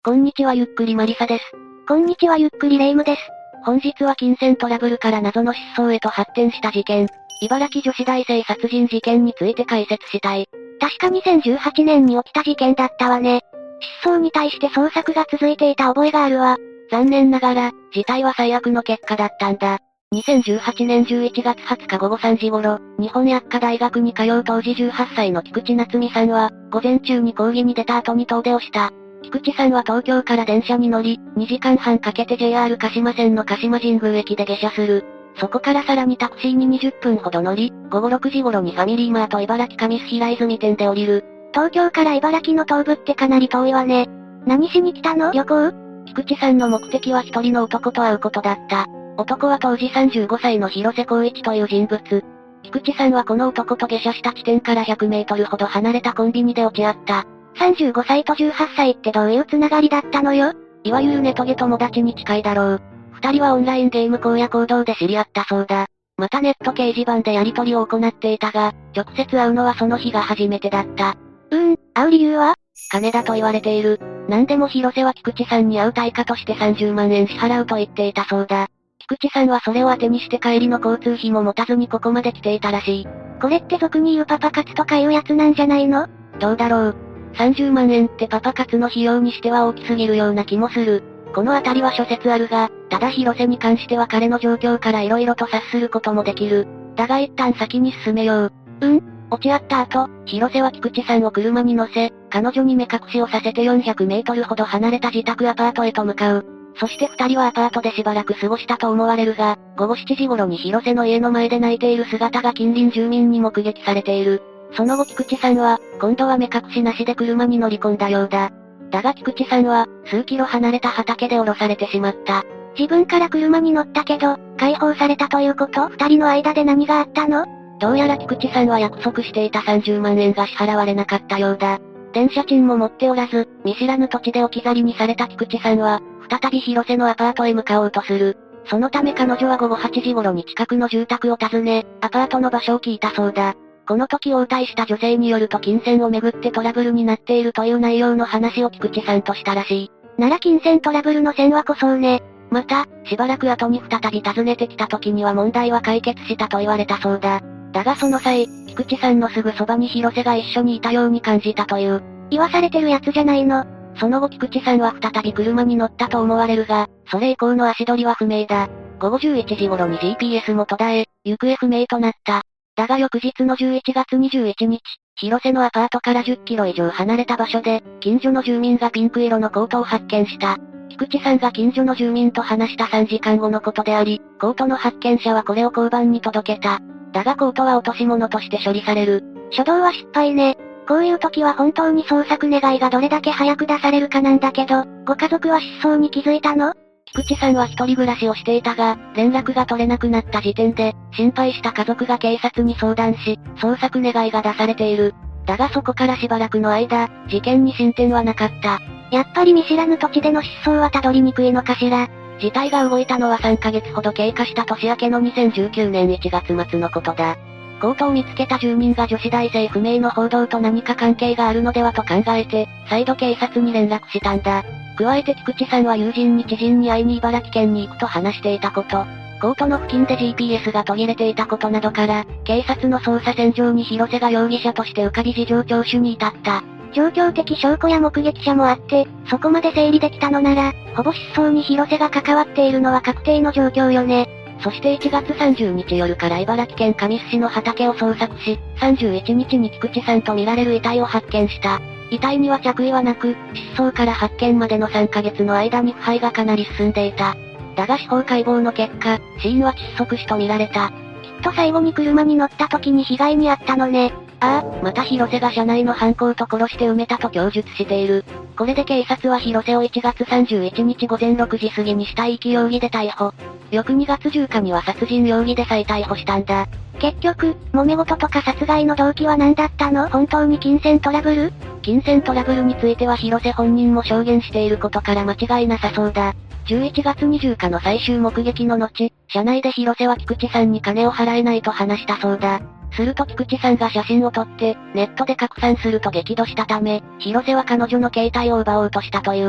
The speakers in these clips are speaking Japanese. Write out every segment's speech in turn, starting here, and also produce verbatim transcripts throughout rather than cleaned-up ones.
こんにちはゆっくりマリサです。 こんにちはゆっくりレイムです。 本日は金銭トラブルから謎の失踪へと発展した事件、茨城女子大生殺人事件について解説したい。 確かにせんじゅうはちねんに起きた事件だったわね。失踪に対して捜索が続いていた覚えがあるわ。 残念ながら、事態は最悪の結果だったんだ。にせんじゅうはちねんじゅういちがつはつかごごさんじ頃、日本薬科大学に通う当時じゅうはっさいの菊池夏美さんは、午前中に講義に出た後に遠出をした。菊池さんは東京から電車に乗り、にじかんはんかけて ジェイアール 鹿島線の鹿島神宮駅で下車する。そこからさらにタクシーににじゅっぷんほど乗り、ごごろくじ頃にファミリーマート茨城上須平泉店で降りる。 東京から茨城の東部ってかなり遠いわね。何しに来たの？旅行？ 菊池さんの目的は一人の男と会うことだった。男は当時さんじゅうごさいの広瀬光一という人物。菊池さんはこの男と下車した地点からひゃくメートルほど離れたコンビニで落ち合った。 さんじゅうごさいとじゅうはっさいってどういうつながりだったのよ？ いわゆるネトゲ友達に近いだろう。二人はオンラインゲーム荒野行動で知り合ったそうだ。またネット掲示板でやり取りを行っていたが、直接会うのはその日が初めてだった。 うーん、会う理由は？ 金だと言われている。なんでも広瀬は菊池さんに会う対価としてさんじゅうまんえん支払うと言っていたそうだ。菊池さんはそれを当てにして帰りの交通費も持たずにここまで来ていたらしい。 これって俗に言うパパ活とかいうやつなんじゃないの？ どうだろう。さんじゅうまんえんってパパ活の費用にしては大きすぎるような気もする。このあたりは諸説あるが、ただ広瀬に関しては彼の状況から色々と察することもできる。だが一旦先に進めよう。 うん？ 落ち合った後、広瀬は菊池さんを車に乗せ、彼女に目隠しをさせてよんひゃくメートルほど離れた自宅アパートへと向かう。そして二人はアパートでしばらく過ごしたと思われるが、ごごしちじ頃に広瀬の家の前で泣いている姿が近隣住民に目撃されている。その後菊池さんは、今度は目隠しなしで車に乗り込んだようだ。だが菊池さんは、数キロ離れた畑で降ろされてしまった。 自分から車に乗ったけど、解放されたということ？二人の間で何があったの？ どうやら菊池さんは約束していたさんじゅうまんえんが支払われなかったようだ。電車賃も持っておらず、見知らぬ土地で置き去りにされた菊池さんは、再び広瀬のアパートへ向かおうとする。そのため彼女はごごはちじ頃に近くの住宅を訪ね、アパートの場所を聞いたそうだ。この時応対した女性によると金銭をめぐってトラブルになっているという内容の話を菊池さんとしたらしい。 なら金銭トラブルの線はこそうね。 また、しばらく後に再び訪ねてきた時には問題は解決したと言われたそうだ。だがその際、菊池さんのすぐそばに広瀬が一緒にいたように感じたという。 言わされてるやつじゃないの。 その後菊池さんは再び車に乗ったと思われるが、それ以降の足取りは不明だ。ごごじゅういちじ頃に ジーピーエス も途絶え、行方不明となった。だが翌日のじゅういちがつにじゅういちにち、広瀬のアパートからじゅっキロ以上離れた場所で、近所の住民がピンク色のコートを発見した。菊池さんが近所の住民と話したさんじかんごのことであり、コートの発見者はこれを交番に届けた。だがコートは落とし物として処理される。 初動は失敗ね。こういう時は本当に捜索願いがどれだけ早く出されるかなんだけど、ご家族は失踪に気づいたの？ 菊池さんは一人暮らしをしていたが、連絡が取れなくなった時点で、心配した家族が警察に相談し、捜索願いが出されている。だがそこからしばらくの間、事件に進展はなかった。 やっぱり見知らぬ土地での失踪はたどりにくいのかしら。 事態が動いたのはさんかげつほど経過した年明けのにせんじゅうきゅうねんいちがつ末のことだ。コートを見つけた住民が女子大生不明の報道と何か関係があるのではと考えて、再度警察に連絡したんだ。加えて菊池さんは友人に知人に会いに茨城県に行くと話していたこと、コートの付近で ジーピーエス が途切れていたことなどから、警察の捜査線上に広瀬が容疑者として浮かび事情聴取に至った。 状況的証拠や目撃者もあって、そこまで整理できたのなら、ほぼ失踪に広瀬が関わっているのは確定の状況よね。 そしていちがつさんじゅうにち夜から茨城県神栖市の畑を捜索し、さんじゅういちにちに菊池さんと見られる遺体を発見した。遺体には着衣はなく、失踪から発見までのさんかげつの間に腐敗がかなり進んでいた。だが司法解剖の結果、死因は窒息死と見られた。きっと最後に車に乗った時に被害に遭ったのね。 ああ、また広瀬が車内の犯行と殺して埋めたと供述している。これで警察は広瀬をいちがつさんじゅういちにちごぜんろくじ過ぎに死体遺棄容疑で逮捕。翌にがつじゅうににちには殺人容疑で再逮捕したんだ。 結局、揉め事とか殺害の動機は何だったの？本当に金銭トラブル？ 金銭トラブルについては広瀬本人も証言していることから間違いなさそうだ。じゅういちがつにじゅうにちの最終目撃の後、車内で広瀬は菊池さんに金を払えないと話したそうだ。すると菊池さんが写真を撮って、ネットで拡散すると激怒したため、広瀬は彼女の携帯を奪おうとしたという。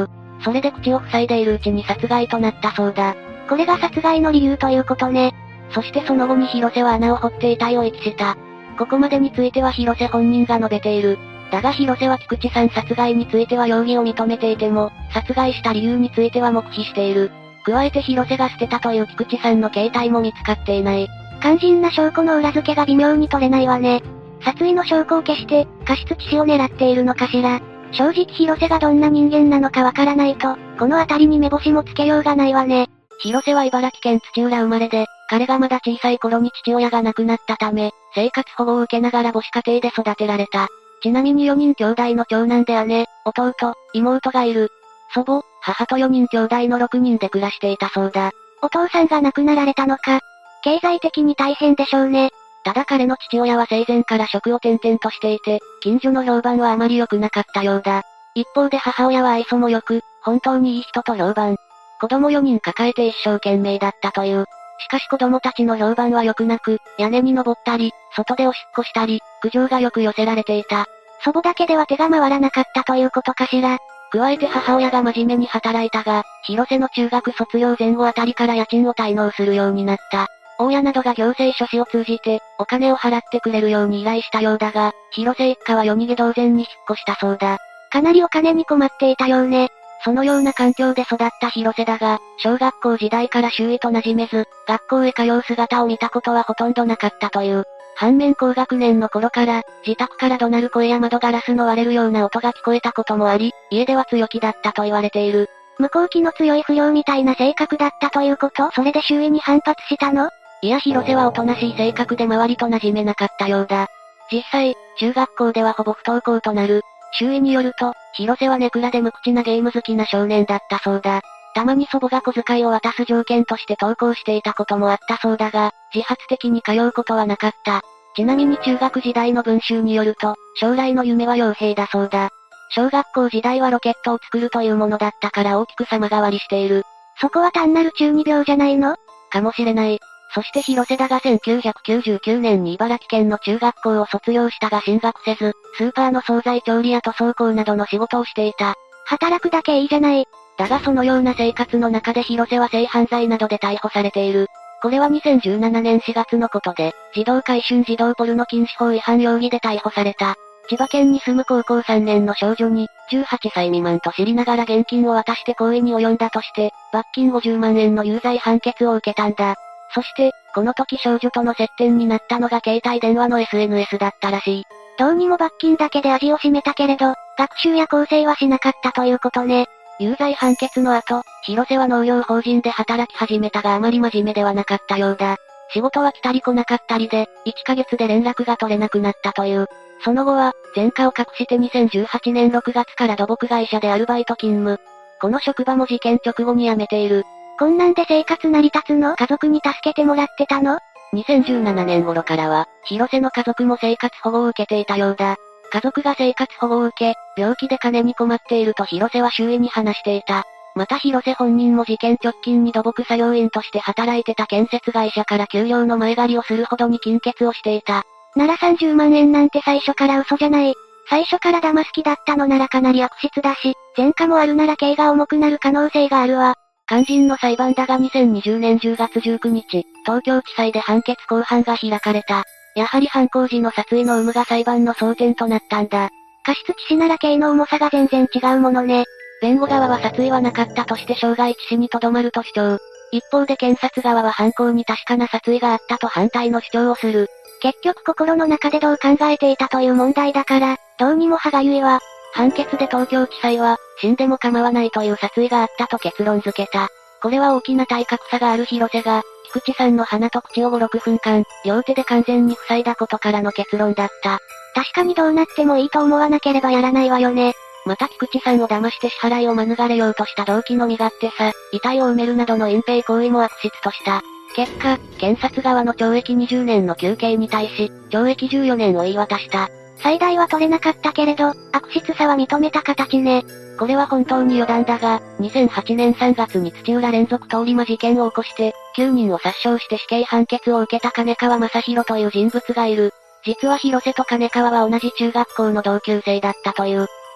それで口を塞いでいるうちに殺害となったそうだ。 これが殺害の理由ということね。 そしてその後に広瀬は穴を掘って遺体を遺棄した。ここまでについては広瀬本人が述べている。だが広瀬は菊池さん殺害については容疑を認めていても、殺害した理由については黙秘している。加えて広瀬が捨てたという菊池さんの携帯も見つかっていない。 肝心な証拠の裏付けが微妙に取れないわね。殺意の証拠を消して、過失致死を狙っているのかしら。正直広瀬がどんな人間なのかわからないと、この辺りに目星もつけようがないわね。 広瀬は茨城県土浦生まれで、彼がまだ小さい頃に父親が亡くなったため、生活保護を受けながら母子家庭で育てられた。ちなみによにん兄弟の長男で姉、弟、妹がいる。祖母、母とよにん兄弟のろくにんで暮らしていたそうだ。 お父さんが亡くなられたのか。経済的に大変でしょうね。 ただ彼の父親は生前から職を転々としていて、近所の評判はあまり良くなかったようだ。一方で母親は愛想も良く、本当にいい人と評判。子供よにん抱えて一生懸命だったという。しかし子供たちの評判は良くなく、屋根に登ったり、外でおしっこしたり、苦情がよく寄せられていた。 祖母だけでは手が回らなかったということかしら。 加えて母親が真面目に働いたが、広瀬の中学卒業前後あたりから家賃を滞納するようになった。大家などが行政書士を通じて、お金を払ってくれるように依頼したようだが、広瀬一家は夜逃げ同然に引っ越したそうだ。 かなりお金に困っていたようね。 そのような環境で育った広瀬だが、小学校時代から周囲と馴染めず、学校へ通う姿を見たことはほとんどなかったという。反面高学年の頃から、自宅から怒鳴る声や窓ガラスの割れるような音が聞こえたこともあり、家では強気だったと言われている。 向こう気の強い不良みたいな性格だったということ？それで周囲に反発したの？ いや広瀬はおとなしい性格で周りと馴染めなかったようだ。実際、中学校ではほぼ不登校となる。周囲によると、広瀬はネクラで無口なゲーム好きな少年だったそうだ。たまに祖母が小遣いを渡す条件として登校していたこともあったそうだが、自発的に通うことはなかった。ちなみに中学時代の文集によると、将来の夢は傭兵だそうだ。小学校時代はロケットを作るというものだったから大きく様変わりしている。 そこは単なる中二病じゃないの？ かもしれない。そして広瀬だがせんきゅうひゃくきゅうじゅうきゅうねんに茨城県の中学校を卒業したが進学せず、スーパーの惣菜調理や塗装工などの仕事をしていた。 働くだけいいじゃない。 だがそのような生活の中で広瀬は性犯罪などで逮捕されている。これはにせんじゅうななねんしがつのことで、児童買春児童ポルノ禁止法違反容疑で逮捕された。千葉県に住む高校さんねんの少女に、じゅうはっさい未満と知りながら現金を渡して行為に及んだとして、罰金ごじゅうまんえんの有罪判決を受けたんだ。そして、この時少女との接点になったのが携帯電話の エスエヌエス だったらしい。 どうにも罰金だけで味を占めたけれど、学習や更生はしなかったということね。 有罪判決の後、広瀬は農業法人で働き始めたがあまり真面目ではなかったようだ。仕事は来たり来なかったりで、いっかげつで連絡が取れなくなったという。その後は、前科を隠してにせんじゅうはちねんろくがつから土木会社でアルバイト勤務。この職場も事件直後に辞めている。 こんなんで生活成り立つの？家族に助けてもらってたの？ にせんじゅうななねん頃からは、広瀬の家族も生活保護を受けていたようだ。家族が生活保護を受け、病気で金に困っていると広瀬は周囲に話していた。また広瀬本人も事件直近に土木作業員として働いてた建設会社から給料の前借りをするほどに金欠をしていた。 ならさんじゅうまんえんなんて最初から嘘じゃない。最初から騙す気だったのならかなり悪質だし、前科もあるなら刑が重くなる可能性があるわ。 肝心の裁判だがにせんにじゅうねんじゅうがつじゅうくにち、東京地裁で判決公判が開かれた。やはり犯行時の殺意の有無が裁判の争点となったんだ。 過失致死なら刑の重さが全然違うものね。 弁護側は殺意はなかったとして傷害致死にとどまると主張。一方で検察側は犯行に確かな殺意があったと反対の主張をする。 結局心の中でどう考えていたという問題だから、どうにも歯がゆいわ。 判決で東京地裁は、死んでも構わないという殺意があったと結論付けた。これは大きな体格差がある広瀬が、菊池さんの鼻と口をご、ろくふんかん、両手で完全に塞いだことからの結論だった。 確かにどうなってもいいと思わなければやらないわよね。 また菊池さんを騙して支払いを免れようとした動機の身勝手さ、遺体を埋めるなどの隠蔽行為も悪質とした。結果、検察側の懲役にじゅうねんの求刑に対し、懲役じゅうよねんを言い渡した。 最大は取れなかったけれど、悪質さは認めた形ね。 これは本当に余談だが、にせんはちねんさんがつに土浦連続通り魔事件を起こして、きゅうにんを殺傷して死刑判決を受けた金川正宏という人物がいる。実は広瀬と金川は同じ中学校の同級生だったという。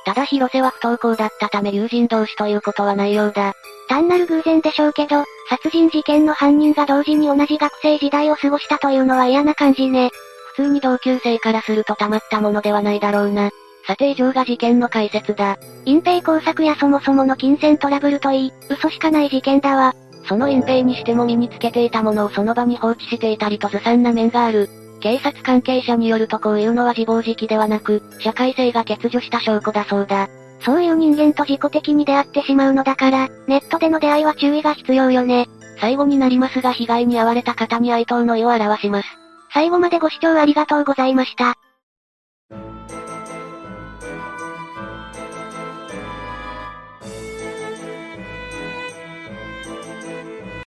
ただ広瀬は不登校だったため友人同士ということはないようだ。 単なる偶然でしょうけど、殺人事件の犯人が同時に同じ学生時代を過ごしたというのは嫌な感じね。 普通に同級生からすると溜まったものではないだろうな。さて以上が事件の解説だ。 隠蔽工作やそもそもの金銭トラブルといい、嘘しかない事件だわ。 その隠蔽にしても身につけていたものをその場に放置していたりとずさんな面がある。警察関係者によるとこういうのは自暴自棄ではなく、社会性が欠如した証拠だそうだ。 そういう人間と自己的に出会ってしまうのだから、ネットでの出会いは注意が必要よね。 最後になりますが被害に遭われた方に哀悼の意を表します。 最後までご視聴ありがとうございました。